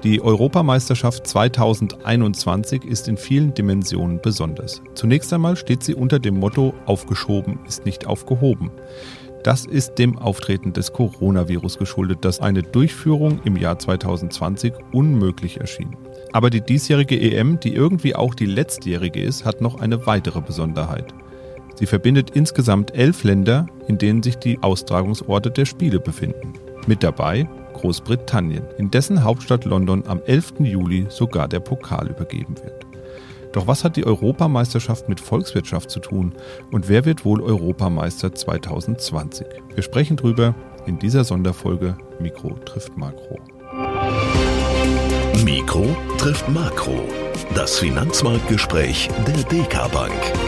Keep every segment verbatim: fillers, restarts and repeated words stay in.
Die Europameisterschaft zweitausendeinundzwanzig ist in vielen Dimensionen besonders. Zunächst einmal steht sie unter dem Motto „Aufgeschoben ist nicht aufgehoben". Das ist dem Auftreten des Coronavirus geschuldet, das eine Durchführung im Jahr zweitausendzwanzig unmöglich erschien. Aber die diesjährige E M, die irgendwie auch die letztjährige ist, hat noch eine weitere Besonderheit. Sie verbindet insgesamt elf Länder, in denen sich die Austragungsorte der Spiele befinden. Mit dabei Großbritannien, in dessen Hauptstadt London am elften Juli sogar der Pokal übergeben wird. Doch was hat die Europameisterschaft mit Volkswirtschaft zu tun und wer wird wohl Europameister zweitausendzwanzig? Wir sprechen drüber in dieser Sonderfolge Mikro trifft Makro. Mikro trifft Makro, das Finanzmarktgespräch der Deka Bank.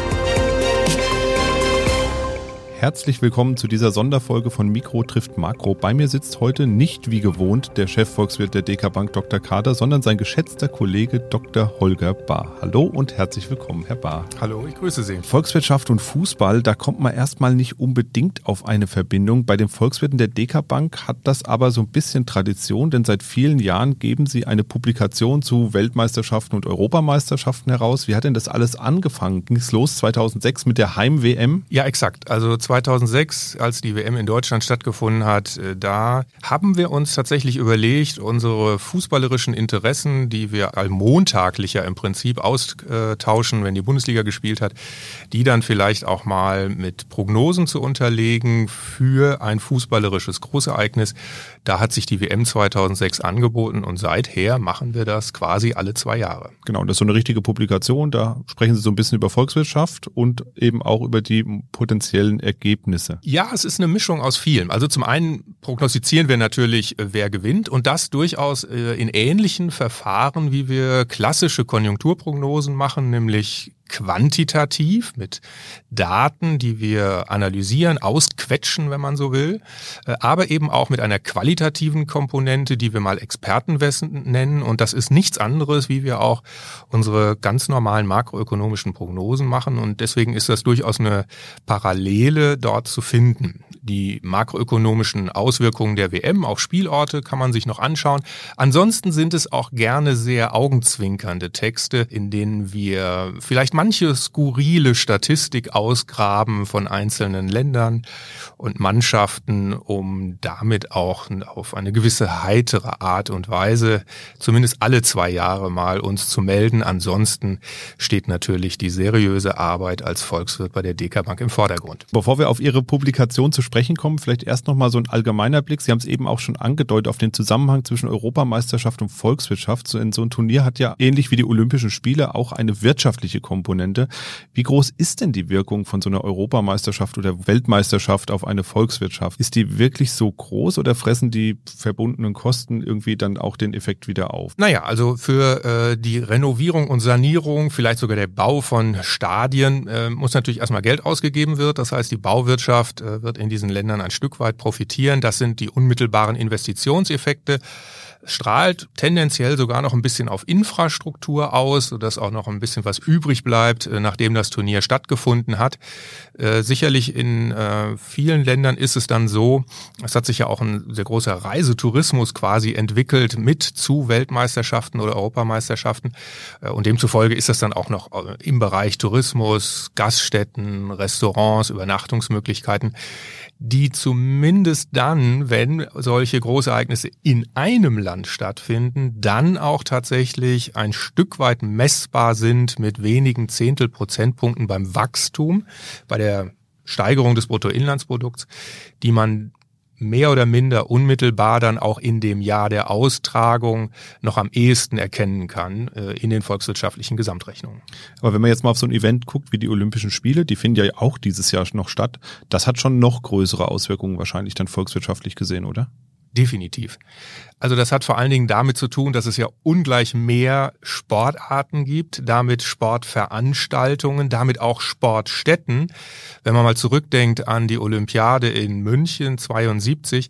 Herzlich willkommen zu dieser Sonderfolge von Mikro trifft Makro. Bei mir sitzt heute nicht wie gewohnt der Chefvolkswirt der Deka Bank, Doktor Kader, sondern sein geschätzter Kollege Doktor Holger Bahr. Hallo und herzlich willkommen, Herr Bahr. Hallo, ich grüße Sie. Volkswirtschaft und Fußball, da kommt man erstmal nicht unbedingt auf eine Verbindung. Bei den Volkswirten der Deka Bank hat das aber so ein bisschen Tradition, denn seit vielen Jahren geben Sie eine Publikation zu Weltmeisterschaften und Europameisterschaften heraus. Wie hat denn das alles angefangen? Ging es los zweitausendsechs mit der Heim-W M? Ja, exakt. Also zweitausendsechs, als die W M in Deutschland stattgefunden hat, da haben wir uns tatsächlich überlegt, unsere fußballerischen Interessen, die wir allmontaglich ja im Prinzip austauschen, wenn die Bundesliga gespielt hat, die dann vielleicht auch mal mit Prognosen zu unterlegen für ein fußballerisches Großereignis. Da hat sich die W M zweitausendsechs angeboten und seither machen wir das quasi alle zwei Jahre. Genau, das ist so eine richtige Publikation. Da sprechen Sie so ein bisschen über Volkswirtschaft und eben auch über die potenziellen Ergebnisse. Ja, es ist eine Mischung aus vielem. Also zum einen prognostizieren wir natürlich, wer gewinnt und das durchaus in ähnlichen Verfahren, wie wir klassische Konjunkturprognosen machen, nämlich quantitativ mit Daten, die wir analysieren, ausquetschen, wenn man so will, aber eben auch mit einer qualitativen Komponente, die wir mal Expertenwissen nennen. Und das ist nichts anderes, wie wir auch unsere ganz normalen makroökonomischen Prognosen machen. Und deswegen ist das durchaus eine Parallele dort zu finden. Die makroökonomischen Auswirkungen der W M auf Spielorte kann man sich noch anschauen. Ansonsten sind es auch gerne sehr augenzwinkernde Texte, in denen wir vielleicht manche skurrile Statistik ausgraben von einzelnen Ländern und Mannschaften, um damit auch auf eine gewisse heitere Art und Weise zumindest alle zwei Jahre mal uns zu melden. Ansonsten steht natürlich die seriöse Arbeit als Volkswirt bei der Deka Bank im Vordergrund. Bevor wir auf Ihre Publikation zu sprechen kommen, vielleicht erst nochmal so ein allgemeiner Blick. Sie haben es eben auch schon angedeutet auf den Zusammenhang zwischen Europameisterschaft und Volkswirtschaft. So ein Turnier hat ja ähnlich wie die Olympischen Spiele auch eine wirtschaftliche Komponente. Wie groß ist denn die Wirkung von so einer Europameisterschaft oder Weltmeisterschaft auf eine Volkswirtschaft? Ist die wirklich so groß oder fressen die verbundenen Kosten irgendwie dann auch den Effekt wieder auf? Naja, also für äh, die Renovierung und Sanierung, vielleicht sogar der Bau von Stadien, äh, muss natürlich erstmal Geld ausgegeben wird. Das heißt, die Bauwirtschaft äh, wird in diesen Ländern ein Stück weit profitieren. Das sind die unmittelbaren Investitionseffekte. Strahlt tendenziell sogar noch ein bisschen auf Infrastruktur aus, sodass auch noch ein bisschen was übrig bleibt, nachdem das Turnier stattgefunden hat. Äh, sicherlich in äh, vielen Ländern ist es dann so, es hat sich ja auch ein sehr großer Reisetourismus quasi entwickelt mit zu Weltmeisterschaften oder Europameisterschaften. Äh, und demzufolge ist das dann auch noch im Bereich Tourismus, Gaststätten, Restaurants, Übernachtungsmöglichkeiten, die zumindest dann, wenn solche Großereignisse in einem Land stattfinden, dann auch tatsächlich ein Stück weit messbar sind mit wenigen Zehntelprozentpunkten beim Wachstum, bei der Steigerung des Bruttoinlandsprodukts, die man mehr oder minder unmittelbar dann auch in dem Jahr der Austragung noch am ehesten erkennen kann äh, in den volkswirtschaftlichen Gesamtrechnungen. Aber wenn man jetzt mal auf so ein Event guckt wie die Olympischen Spiele, die finden ja auch dieses Jahr noch statt, das hat schon noch größere Auswirkungen wahrscheinlich dann volkswirtschaftlich gesehen, oder? Definitiv. Also das hat vor allen Dingen damit zu tun, dass es ja ungleich mehr Sportarten gibt, damit Sportveranstaltungen, damit auch Sportstätten. Wenn man mal zurückdenkt an die Olympiade in München zweiundsiebzig,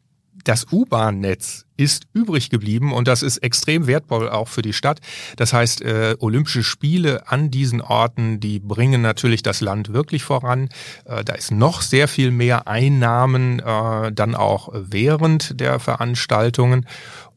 das U-Bahn-Netz ist übrig geblieben und das ist extrem wertvoll auch für die Stadt. Das heißt, äh, Olympische Spiele an diesen Orten, die bringen natürlich das Land wirklich voran. Äh, da ist noch sehr viel mehr Einnahmen äh, dann auch während der Veranstaltungen.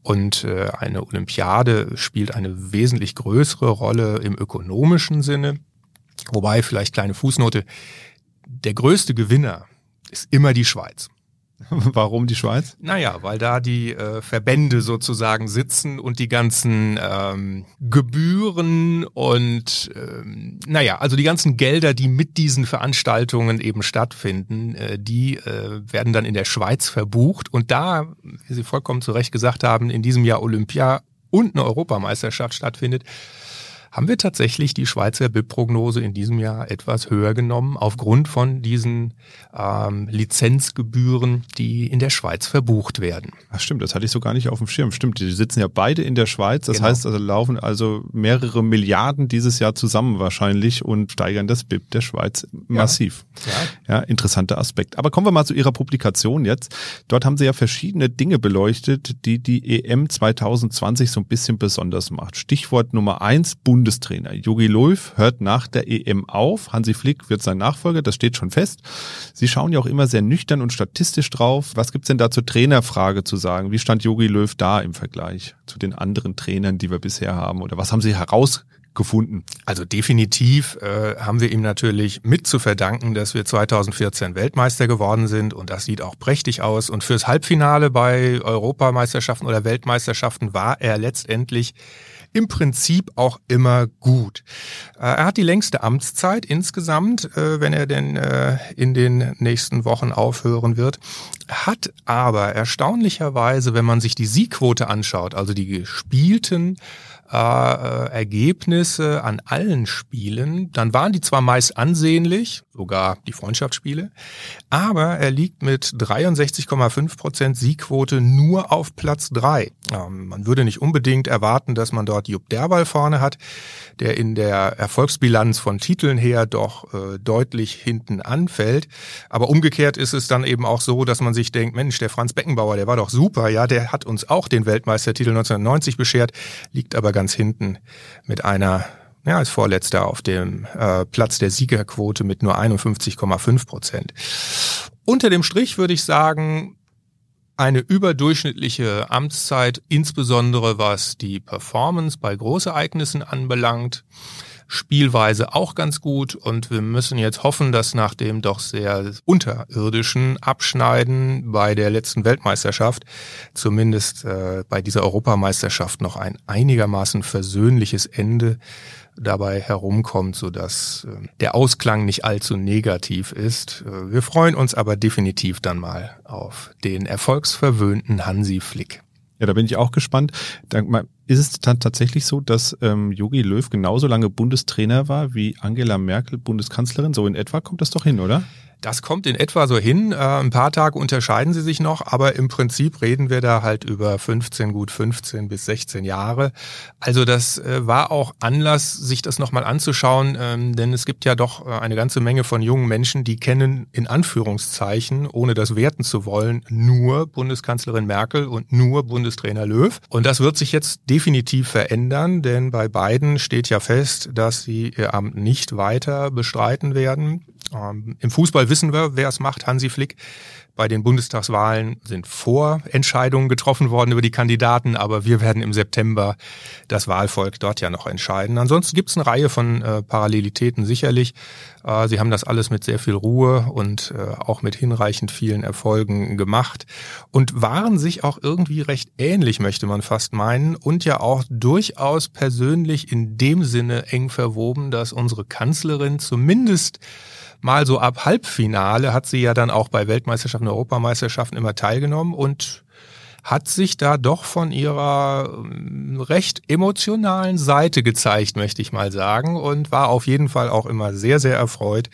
Und äh, eine Olympiade spielt eine wesentlich größere Rolle im ökonomischen Sinne. Wobei, vielleicht kleine Fußnote, der größte Gewinner ist immer die Schweiz. Warum die Schweiz? Naja, weil da die äh, Verbände sozusagen sitzen und die ganzen ähm, Gebühren und ähm, naja, also die ganzen Gelder, die mit diesen Veranstaltungen eben stattfinden, äh, die äh, werden dann in der Schweiz verbucht. Und da, wie Sie vollkommen zu Recht gesagt haben, in diesem Jahr Olympia und eine Europameisterschaft stattfindet, haben wir tatsächlich die Schweizer B I P-Prognose in diesem Jahr etwas höher genommen, aufgrund von diesen ähm, Lizenzgebühren, die in der Schweiz verbucht werden. Ach stimmt, das hatte ich so gar nicht auf dem Schirm. Stimmt, die sitzen ja beide in der Schweiz. Das genau. heißt, also laufen also mehrere Milliarden dieses Jahr zusammen wahrscheinlich und steigern das B I P der Schweiz massiv. Ja. ja, interessanter Aspekt. Aber kommen wir mal zu Ihrer Publikation jetzt. Dort haben Sie ja verschiedene Dinge beleuchtet, die die E M zwanzig zwanzig so ein bisschen besonders macht. Stichwort Nummer eins, Bundestrainer. Jogi Löw hört nach der E M auf. Hansi Flick wird sein Nachfolger, das steht schon fest. Sie schauen ja auch immer sehr nüchtern und statistisch drauf. Was gibt's denn da zur Trainerfrage zu sagen? Wie stand Jogi Löw da im Vergleich zu den anderen Trainern, die wir bisher haben? Oder was haben Sie herausgefunden? Also definitiv äh, haben wir ihm natürlich mit zu verdanken, dass wir zweitausendvierzehn Weltmeister geworden sind und das sieht auch prächtig aus. Und fürs Halbfinale bei Europameisterschaften oder Weltmeisterschaften war er letztendlich im Prinzip auch immer gut. Er hat die längste Amtszeit insgesamt, wenn er denn in den nächsten Wochen aufhören wird, hat aber erstaunlicherweise, wenn man sich die Siegquote anschaut, also die gespielten äh, Ergebnisse an allen Spielen, dann waren die zwar meist ansehnlich, sogar die Freundschaftsspiele, aber er liegt mit dreiundsechzig Komma fünf Prozent Siegquote nur auf Platz drei. Ähm, man würde nicht unbedingt erwarten, dass man dort Jupp Derwall vorne hat, der in der Erfolgsbilanz von Titeln her doch äh, deutlich hinten anfällt. Aber umgekehrt ist es dann eben auch so, dass man sich denkt, Mensch, der Franz Beckenbauer, der war doch super, ja, der hat uns auch den Weltmeistertitel neunzehnhundertneunzig beschert, liegt aber ganz hinten mit einer, ja, als Vorletzter auf dem äh, Platz der Siegerquote mit nur einundfünfzig Komma fünf Prozent. Unter dem Strich würde ich sagen, eine überdurchschnittliche Amtszeit, insbesondere was die Performance bei Großereignissen anbelangt. Spielweise auch ganz gut und wir müssen jetzt hoffen, dass nach dem doch sehr unterirdischen Abschneiden bei der letzten Weltmeisterschaft zumindest äh, bei dieser Europameisterschaft noch ein einigermaßen versöhnliches Ende dabei herumkommt, sodass äh, der Ausklang nicht allzu negativ ist. Äh, wir freuen uns aber definitiv dann mal auf den erfolgsverwöhnten Hansi Flick. Ja, da bin ich auch gespannt. Ist es dann tatsächlich so, dass ähm, Jogi Löw genauso lange Bundestrainer war wie Angela Merkel Bundeskanzlerin? So in etwa kommt das doch hin, oder? Das kommt in etwa so hin. Äh, ein paar Tage unterscheiden sie sich noch, aber im Prinzip reden wir da halt über fünfzehn, gut fünfzehn bis sechzehn Jahre. Also das äh, war auch Anlass, sich das nochmal anzuschauen, ähm, denn es gibt ja doch äh, eine ganze Menge von jungen Menschen, die kennen in Anführungszeichen, ohne das werten zu wollen, nur Bundeskanzlerin Merkel und nur Bundestrainer Löw. Und das wird sich jetzt definitiv verändern, denn bei beiden steht ja fest, dass sie ihr Amt nicht weiter bestreiten werden. Ähm, Im Fußball wissen wir, wer es macht, Hansi Flick. Bei den Bundestagswahlen sind Vorentscheidungen getroffen worden über die Kandidaten, aber wir werden im September das Wahlvolk dort ja noch entscheiden. Ansonsten gibt es eine Reihe von äh, Parallelitäten sicherlich. Äh, sie haben das alles mit sehr viel Ruhe und äh, auch mit hinreichend vielen Erfolgen gemacht und waren sich auch irgendwie recht ähnlich, möchte man fast meinen, und ja auch durchaus persönlich in dem Sinne eng verwoben, dass unsere Kanzlerin zumindest mal so ab Halbfinale hat sie ja dann auch bei Weltmeisterschaften, Europameisterschaften immer teilgenommen und hat sich da doch von ihrer recht emotionalen Seite gezeigt, möchte ich mal sagen, und war auf jeden Fall auch immer sehr, sehr erfreut,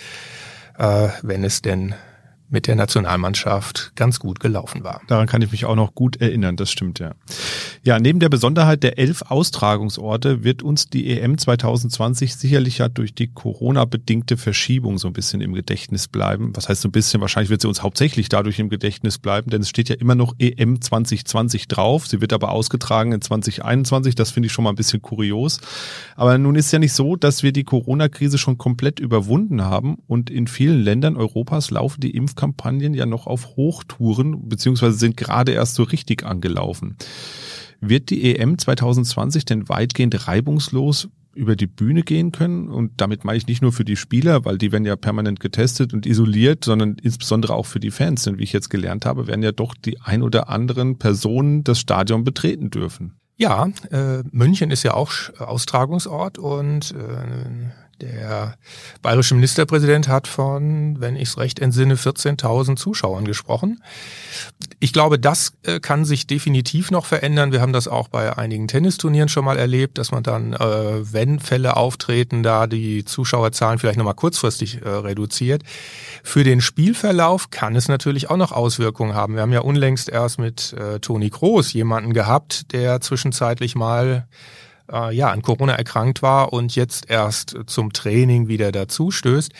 äh, wenn es denn mit der Nationalmannschaft ganz gut gelaufen war. Daran kann ich mich auch noch gut erinnern, das stimmt, ja. Ja, neben der Besonderheit der elf Austragungsorte wird uns die E M zwanzig zwanzig sicherlich ja durch die Corona-bedingte Verschiebung so ein bisschen im Gedächtnis bleiben. Was heißt so ein bisschen? Wahrscheinlich wird sie uns hauptsächlich dadurch im Gedächtnis bleiben, denn es steht ja immer noch E M zwanzig zwanzig drauf. Sie wird aber ausgetragen in zwanzig einundzwanzig, das finde ich schon mal ein bisschen kurios. Aber nun ist ja nicht so, dass wir die Corona-Krise schon komplett überwunden haben und in vielen Ländern Europas laufen die Impf Kampagnen ja noch auf Hochtouren, beziehungsweise sind gerade erst so richtig angelaufen. Wird die E M zwanzig zwanzig denn weitgehend reibungslos über die Bühne gehen können? Und damit meine ich nicht nur für die Spieler, weil die werden ja permanent getestet und isoliert, sondern insbesondere auch für die Fans. Denn wie ich jetzt gelernt habe, werden ja doch die ein oder anderen Personen das Stadion betreten dürfen. Ja, äh, München ist ja auch Austragungsort und äh, der bayerische Ministerpräsident hat von, wenn ich es recht entsinne, vierzehntausend Zuschauern gesprochen. Ich glaube, das äh, kann sich definitiv noch verändern. Wir haben das auch bei einigen Tennisturnieren schon mal erlebt, dass man dann, äh, wenn Fälle auftreten, da die Zuschauerzahlen vielleicht nochmal kurzfristig äh, reduziert. Für den Spielverlauf kann es natürlich auch noch Auswirkungen haben. Wir haben ja unlängst erst mit äh, Toni Kroos jemanden gehabt, der zwischenzeitlich mal äh, ja an Corona erkrankt war und jetzt erst zum Training wieder dazu stößt.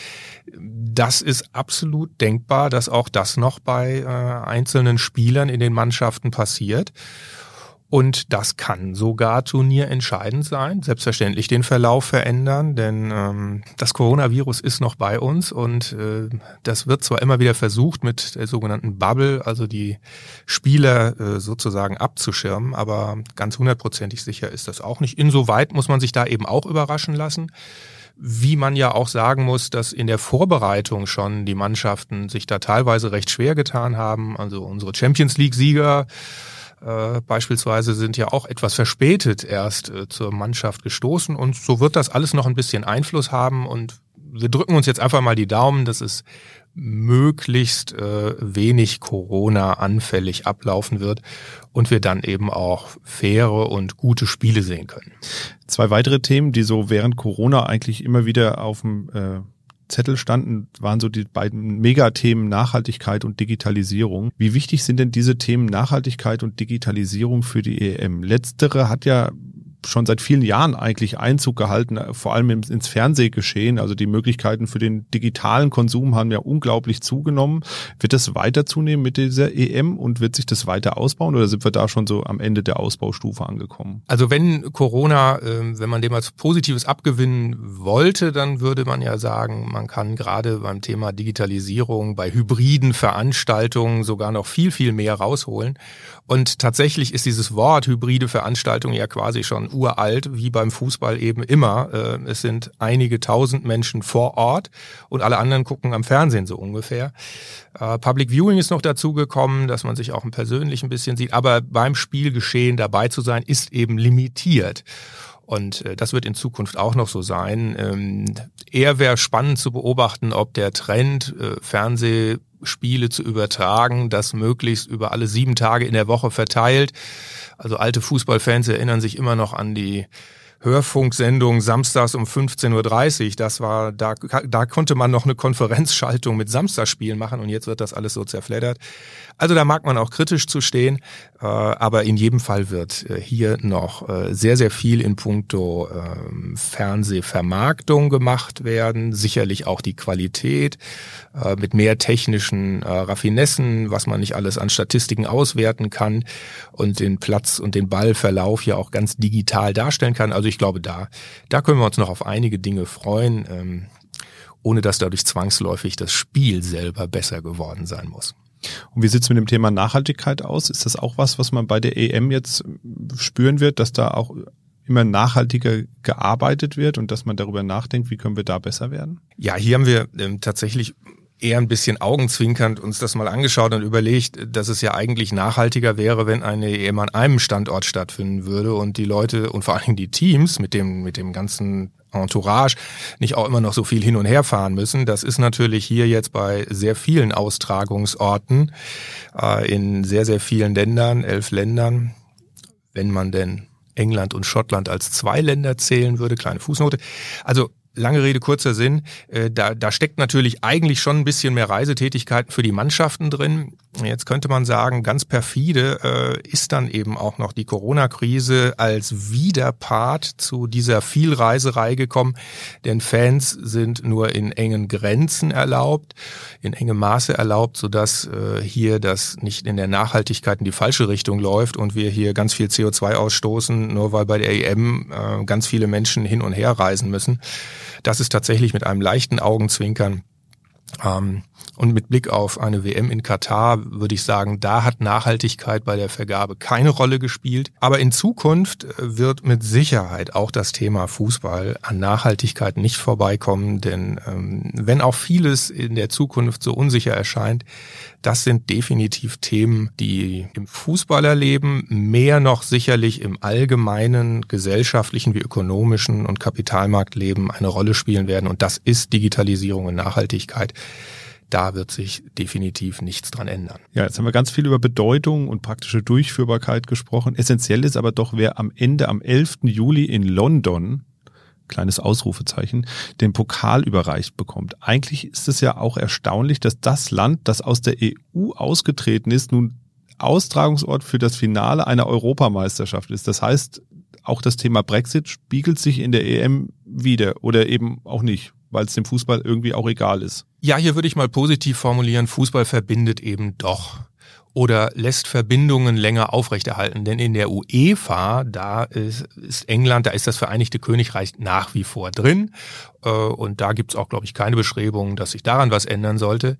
Das ist absolut denkbar, dass auch das noch bei äh, einzelnen Spielern in den Mannschaften passiert. Und das kann sogar turnierentscheidend sein, selbstverständlich den Verlauf verändern, denn ähm, das Coronavirus ist noch bei uns und äh, das wird zwar immer wieder versucht mit der sogenannten Bubble, also die Spieler äh, sozusagen abzuschirmen, aber ganz hundertprozentig sicher ist das auch nicht. Insoweit muss man sich da eben auch überraschen lassen. Wie man ja auch sagen muss, dass in der Vorbereitung schon die Mannschaften sich da teilweise recht schwer getan haben. Also unsere Champions-League-Sieger Äh, beispielsweise sind ja auch etwas verspätet erst äh, zur Mannschaft gestoßen und so wird das alles noch ein bisschen Einfluss haben und wir drücken uns jetzt einfach mal die Daumen, dass es möglichst äh, wenig Corona anfällig ablaufen wird und wir dann eben auch faire und gute Spiele sehen können. Zwei weitere Themen, die so während Corona eigentlich immer wieder auf dem äh Zettel standen, waren so die beiden Megathemen Nachhaltigkeit und Digitalisierung. Wie wichtig sind denn diese Themen Nachhaltigkeit und Digitalisierung für die E M? Letztere hat ja schon seit vielen Jahren eigentlich Einzug gehalten, vor allem ins Fernsehgeschehen. Also die Möglichkeiten für den digitalen Konsum haben ja unglaublich zugenommen. Wird das weiter zunehmen mit dieser E M und wird sich das weiter ausbauen oder sind wir da schon so am Ende der Ausbaustufe angekommen? Also wenn Corona, wenn man dem als Positives abgewinnen wollte, dann würde man ja sagen, man kann gerade beim Thema Digitalisierung, bei hybriden Veranstaltungen sogar noch viel, viel mehr rausholen. Und tatsächlich ist dieses Wort hybride Veranstaltung ja quasi schon uralt, wie beim Fußball eben immer. Es sind einige tausend Menschen vor Ort und alle anderen gucken am Fernsehen so ungefähr. Public Viewing ist noch dazu gekommen, dass man sich auch persönlich ein bisschen sieht, aber beim Spielgeschehen dabei zu sein, ist eben limitiert. Und das wird in Zukunft auch noch so sein. Eher wäre spannend zu beobachten, ob der Trend, Fernsehspiele zu übertragen, das möglichst über alle sieben Tage in der Woche verteilt. Also alte Fußballfans erinnern sich immer noch an die Hörfunksendung samstags um fünfzehn Uhr dreißig. Das war, da, da konnte man noch eine Konferenzschaltung mit Samstagsspielen machen und jetzt wird das alles so zerfleddert. Also da mag man auch kritisch zu stehen, äh, aber in jedem Fall wird äh, hier noch äh, sehr, sehr viel in puncto äh, Fernsehvermarktung gemacht werden. Sicherlich auch die Qualität äh, mit mehr technischen äh, Raffinessen, was man nicht alles an Statistiken auswerten kann und den Platz und den Ballverlauf ja auch ganz digital darstellen kann. Also ich glaube, da, da können wir uns noch auf einige Dinge freuen, ähm, ohne dass dadurch zwangsläufig das Spiel selber besser geworden sein muss. Und wie sieht es mit dem Thema Nachhaltigkeit aus? Ist das auch was, was man bei der E M jetzt spüren wird, dass da auch immer nachhaltiger gearbeitet wird und dass man darüber nachdenkt, wie können wir da besser werden? Ja, hier haben wir ähm, tatsächlich eher ein bisschen augenzwinkernd uns das mal angeschaut und überlegt, dass es ja eigentlich nachhaltiger wäre, wenn eine E M an einem Standort stattfinden würde und die Leute und vor allen Dingen die Teams mit dem mit dem ganzen Entourage nicht auch immer noch so viel hin und her fahren müssen. Das ist natürlich hier jetzt bei sehr vielen Austragungsorten äh, in sehr, sehr vielen Ländern, elf Ländern, wenn man denn England und Schottland als zwei Länder zählen würde, kleine Fußnote. Also lange Rede, kurzer Sinn, äh, da, da steckt natürlich eigentlich schon ein bisschen mehr Reisetätigkeiten für die Mannschaften drin. Jetzt könnte man sagen, ganz perfide äh, ist dann eben auch noch die Corona-Krise als Widerpart zu dieser Vielreiserei gekommen, denn Fans sind nur in engen Grenzen erlaubt, in engem Maße erlaubt, sodass äh, hier das nicht in der Nachhaltigkeit in die falsche Richtung läuft und wir hier ganz viel C O zwei ausstoßen, nur weil bei der E M äh, ganz viele Menschen hin und her reisen müssen. Das ist tatsächlich mit einem leichten Augenzwinkern Ähm, und mit Blick auf eine W M in Katar würde ich sagen, da hat Nachhaltigkeit bei der Vergabe keine Rolle gespielt. Aber in Zukunft wird mit Sicherheit auch das Thema Fußball an Nachhaltigkeit nicht vorbeikommen. Denn ähm, wenn auch vieles in der Zukunft so unsicher erscheint, das sind definitiv Themen, die im Fußballerleben mehr noch sicherlich im allgemeinen gesellschaftlichen wie ökonomischen und Kapitalmarktleben eine Rolle spielen werden. Und das ist Digitalisierung und Nachhaltigkeit. Da wird sich definitiv nichts dran ändern. Ja, jetzt haben wir ganz viel über Bedeutung und praktische Durchführbarkeit gesprochen. Essentiell ist aber doch, wer am Ende, am elften Juli in London, kleines Ausrufezeichen, den Pokal überreicht bekommt. Eigentlich ist es ja auch erstaunlich, dass das Land, das aus der E U ausgetreten ist, nun Austragungsort für das Finale einer Europameisterschaft ist. Das heißt, auch das Thema Brexit spiegelt sich in der E M wider oder eben auch nicht, weil es dem Fußball irgendwie auch egal ist. Ja, hier würde ich mal positiv formulieren, Fußball verbindet eben doch oder lässt Verbindungen länger aufrechterhalten. Denn in der UEFA, da ist, ist England, da ist das Vereinigte Königreich nach wie vor drin. Und da gibt's auch, glaube ich, keine Bestrebungen, dass sich daran was ändern sollte.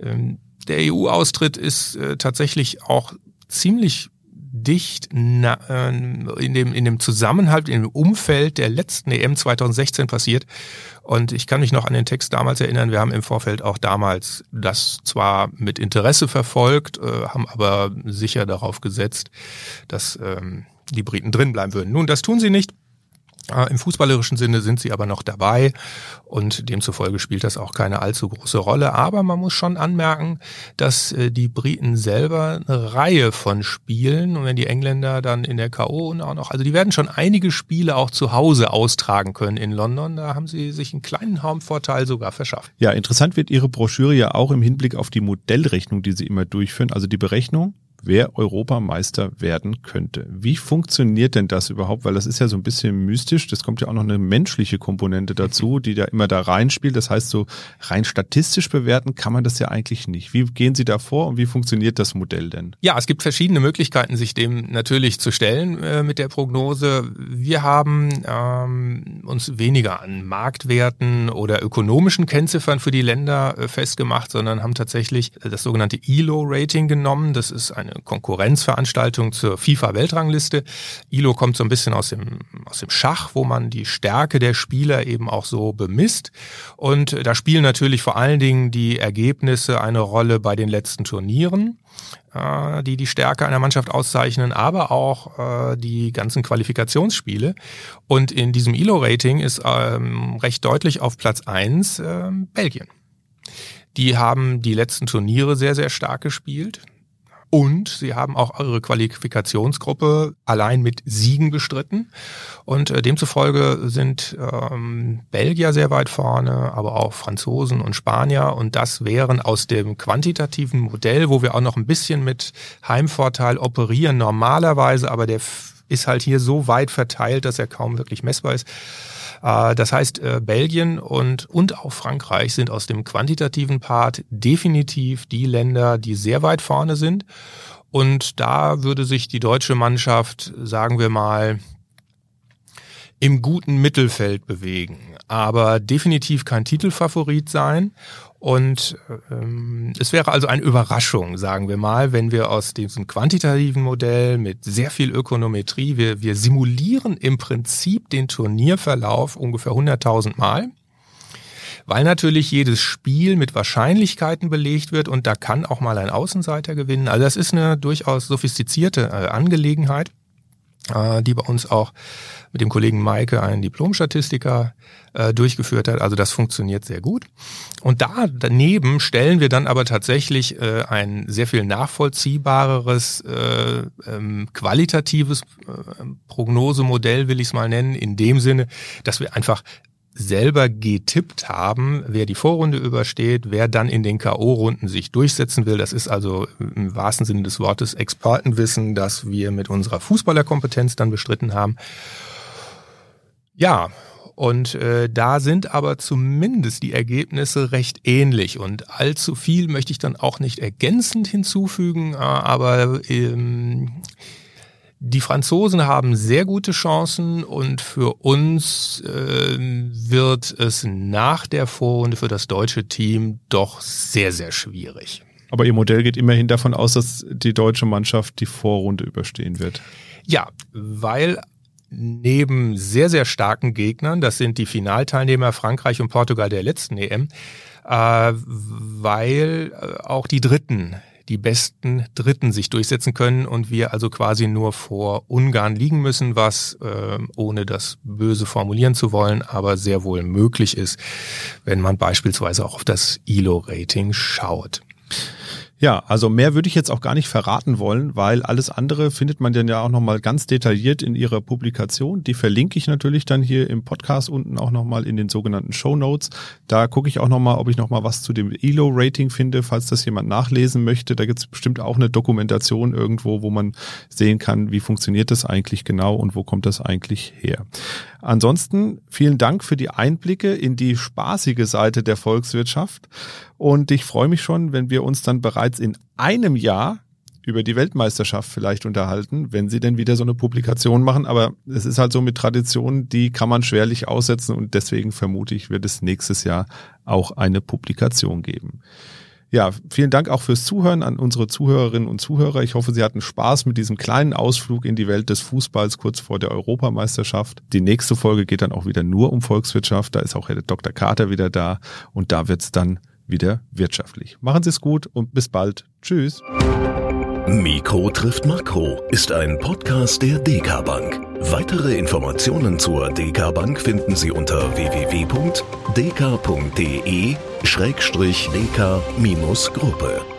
Der E U-Austritt ist tatsächlich auch ziemlich dicht in dem, in dem Zusammenhalt, in dem Umfeld der letzten E M zweitausendsechzehn passiert. Und ich kann mich noch an den Text damals erinnern, wir haben im Vorfeld auch damals das zwar mit Interesse verfolgt, haben aber sicher darauf gesetzt, dass die Briten drin bleiben würden. Nun, das tun sie nicht. Im fußballerischen Sinne sind sie aber noch dabei und demzufolge spielt das auch keine allzu große Rolle. Aber man muss schon anmerken, dass die Briten selber eine Reihe von Spielen und wenn die Engländer dann in der K O und auch noch, also die werden schon einige Spiele auch zu Hause austragen können in London. Da haben sie sich einen kleinen Heimvorteil sogar verschafft. Ja, interessant wird Ihre Broschüre ja auch im Hinblick auf die Modellrechnung, die Sie immer durchführen, also die Berechnung, wer Europameister werden könnte. Wie funktioniert denn das überhaupt? Weil das ist ja so ein bisschen mystisch. Das kommt ja auch noch eine menschliche Komponente dazu, die da immer da reinspielt. Das heißt, so rein statistisch bewerten kann man das ja eigentlich nicht. Wie gehen Sie da vor und wie funktioniert das Modell denn? Ja, es gibt verschiedene Möglichkeiten, sich dem natürlich zu stellen äh, mit der Prognose. Wir haben ähm, uns weniger an Marktwerten oder ökonomischen Kennziffern für die Länder äh, festgemacht, sondern haben tatsächlich das sogenannte E L O-Rating genommen. Das ist ein eine Konkurrenzveranstaltung zur FIFA-Weltrangliste. I L O kommt so ein bisschen aus dem, aus dem Schach, wo man die Stärke der Spieler eben auch so bemisst. Und da spielen natürlich vor allen Dingen die Ergebnisse eine Rolle bei den letzten Turnieren, äh, die die Stärke einer Mannschaft auszeichnen, aber auch äh, die ganzen Qualifikationsspiele. Und in diesem I L O-Rating ist ähm, recht deutlich auf Platz eins äh, Belgien. Die haben die letzten Turniere sehr, sehr stark gespielt. Und sie haben auch ihre Qualifikationsgruppe allein mit Siegen bestritten. Und äh, demzufolge sind ähm, Belgier sehr weit vorne, aber auch Franzosen und Spanier. Und das wären aus dem quantitativen Modell, wo wir auch noch ein bisschen mit Heimvorteil operieren, normalerweise, aber der ist halt hier so weit verteilt, dass er kaum wirklich messbar ist. Das heißt, Belgien und, und auch Frankreich sind aus dem quantitativen Part definitiv die Länder, die sehr weit vorne sind. Und da würde sich die deutsche Mannschaft, sagen wir mal, im guten Mittelfeld bewegen, aber definitiv kein Titelfavorit sein. Und ähm, es wäre also eine Überraschung, sagen wir mal, wenn wir aus diesem quantitativen Modell mit sehr viel Ökonometrie, wir, wir simulieren im Prinzip den Turnierverlauf ungefähr hunderttausend Mal, weil natürlich jedes Spiel mit Wahrscheinlichkeiten belegt wird und da kann auch mal ein Außenseiter gewinnen. Also das ist eine durchaus sophistizierte äh, Angelegenheit, äh, die bei uns auch mit dem Kollegen Maike, einen Diplom-Statistiker, äh, durchgeführt hat. Also das funktioniert sehr gut. Und da daneben stellen wir dann aber tatsächlich äh, ein sehr viel nachvollziehbareres, äh, ähm, qualitatives äh, Prognosemodell, will ich es mal nennen, in dem Sinne, dass wir einfach selber getippt haben, wer die Vorrunde übersteht, wer dann in den K O-Runden sich durchsetzen will. Das ist also im wahrsten Sinne des Wortes Expertenwissen, das wir mit unserer Fußballerkompetenz dann bestritten haben. Ja, und äh, da sind aber zumindest die Ergebnisse recht ähnlich und allzu viel möchte ich dann auch nicht ergänzend hinzufügen, äh, aber ähm, Die Franzosen haben sehr gute Chancen und für uns äh, wird es nach der Vorrunde für das deutsche Team doch sehr, sehr schwierig. Aber Ihr Modell geht immerhin davon aus, dass die deutsche Mannschaft die Vorrunde überstehen wird. Ja, weil neben sehr, sehr starken Gegnern, das sind die Finalteilnehmer Frankreich und Portugal der letzten E M, äh, weil äh, auch die Dritten, die besten Dritten sich durchsetzen können und wir also quasi nur vor Ungarn liegen müssen, was, äh, ohne das böse formulieren zu wollen, aber sehr wohl möglich ist, wenn man beispielsweise auch auf das I L O-Rating schaut. Ja, also mehr würde ich jetzt auch gar nicht verraten wollen, weil alles andere findet man dann ja auch nochmal ganz detailliert in Ihrer Publikation. Die verlinke ich natürlich dann hier im Podcast unten auch nochmal in den sogenannten Shownotes. Da gucke ich auch nochmal, ob ich nochmal was zu dem I L O-Rating finde, falls das jemand nachlesen möchte. Da gibt es bestimmt auch eine Dokumentation irgendwo, wo man sehen kann, wie funktioniert das eigentlich genau und wo kommt das eigentlich her. Ansonsten vielen Dank für die Einblicke in die spaßige Seite der Volkswirtschaft und ich freue mich schon, wenn wir uns dann bereits in einem Jahr über die Weltmeisterschaft vielleicht unterhalten, wenn Sie denn wieder so eine Publikation machen. Aber es ist halt so mit Traditionen, die kann man schwerlich aussetzen und deswegen vermute ich, wird es nächstes Jahr auch eine Publikation geben. Ja, vielen Dank auch fürs Zuhören an unsere Zuhörerinnen und Zuhörer. Ich hoffe, Sie hatten Spaß mit diesem kleinen Ausflug in die Welt des Fußballs kurz vor der Europameisterschaft. Die nächste Folge geht dann auch wieder nur um Volkswirtschaft. Da ist auch Herr Doktor Kater wieder da und da wird's dann wieder wirtschaftlich. Machen Sie es gut und bis bald. Tschüss. Mikro trifft Makro ist ein Podcast der D K Bank. Weitere Informationen zur D K Bank finden Sie unter w w w punkt d k punkt d e schrägstrich d k Gruppe.